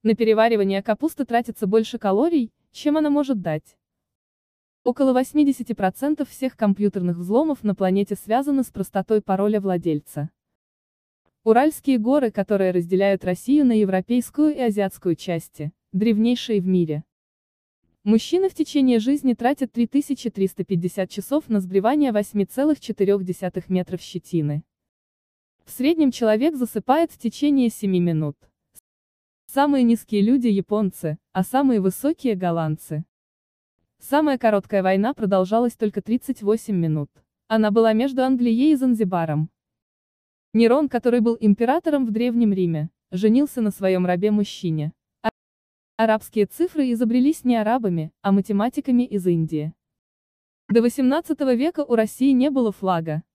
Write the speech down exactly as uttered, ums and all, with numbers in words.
На переваривание капусты тратится больше калорий, чем она может дать. Около восемьдесят процентов всех компьютерных взломов на планете связаны с простотой пароля владельца. Уральские горы, которые разделяют Россию на европейскую и азиатскую части, древнейшие в мире. Мужчины в течение жизни тратят три тысячи триста пятьдесят часов на сбривание восемь целых четыре десятых метров щетины. В среднем человек засыпает в течение семи минут. Самые низкие люди – японцы, а самые высокие – голландцы. Самая короткая война продолжалась только тридцать восемь минут. Она была между Англией и Занзибаром. Нерон, который был императором в Древнем Риме, женился на своем рабе-мужчине. Арабские цифры изобрелись не арабами, а математиками из Индии. До восемнадцатого века у России не было флага.